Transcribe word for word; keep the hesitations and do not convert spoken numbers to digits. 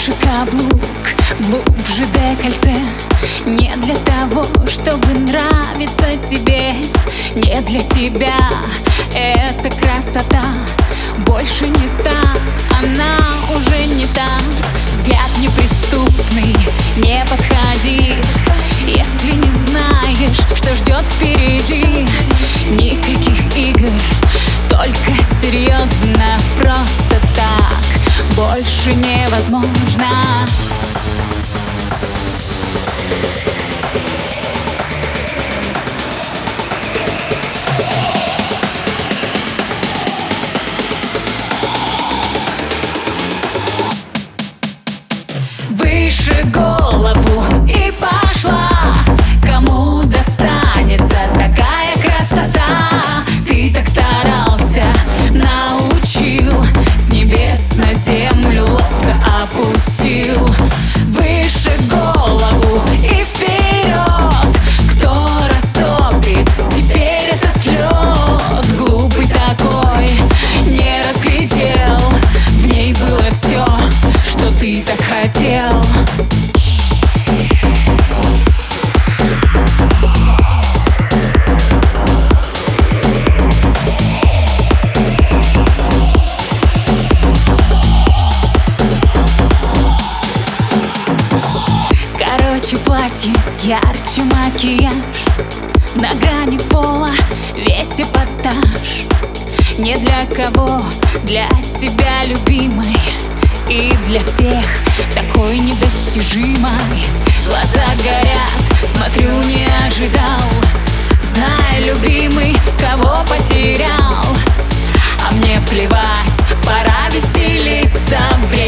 Выше каблук, глубже декольте. Не для того, чтобы нравиться тебе, не для тебя. Эта красота больше не та, она уже не та. Взгляд неприступный, не подходи, если не знаешь, что ждет впереди. Никаких игр, только серьезно, просто так больше невозможно. Выше голову и пошла, кому достанется такая красота. Ты так старался, научил, с небес на землю ловко опустил. Выше голову и вперед, кто растопит теперь этот лед? Глупый такой, не разглядел, в ней было все, что ты так хотел. Короче платье, ярче макияж, на грани пола весь эпатаж. Не для кого, для себя любимой, и для всех такой недостижимой. Глаза горят, смотрю, не ожидал, зная, любимый, кого потерял. А мне плевать, пора веселиться, время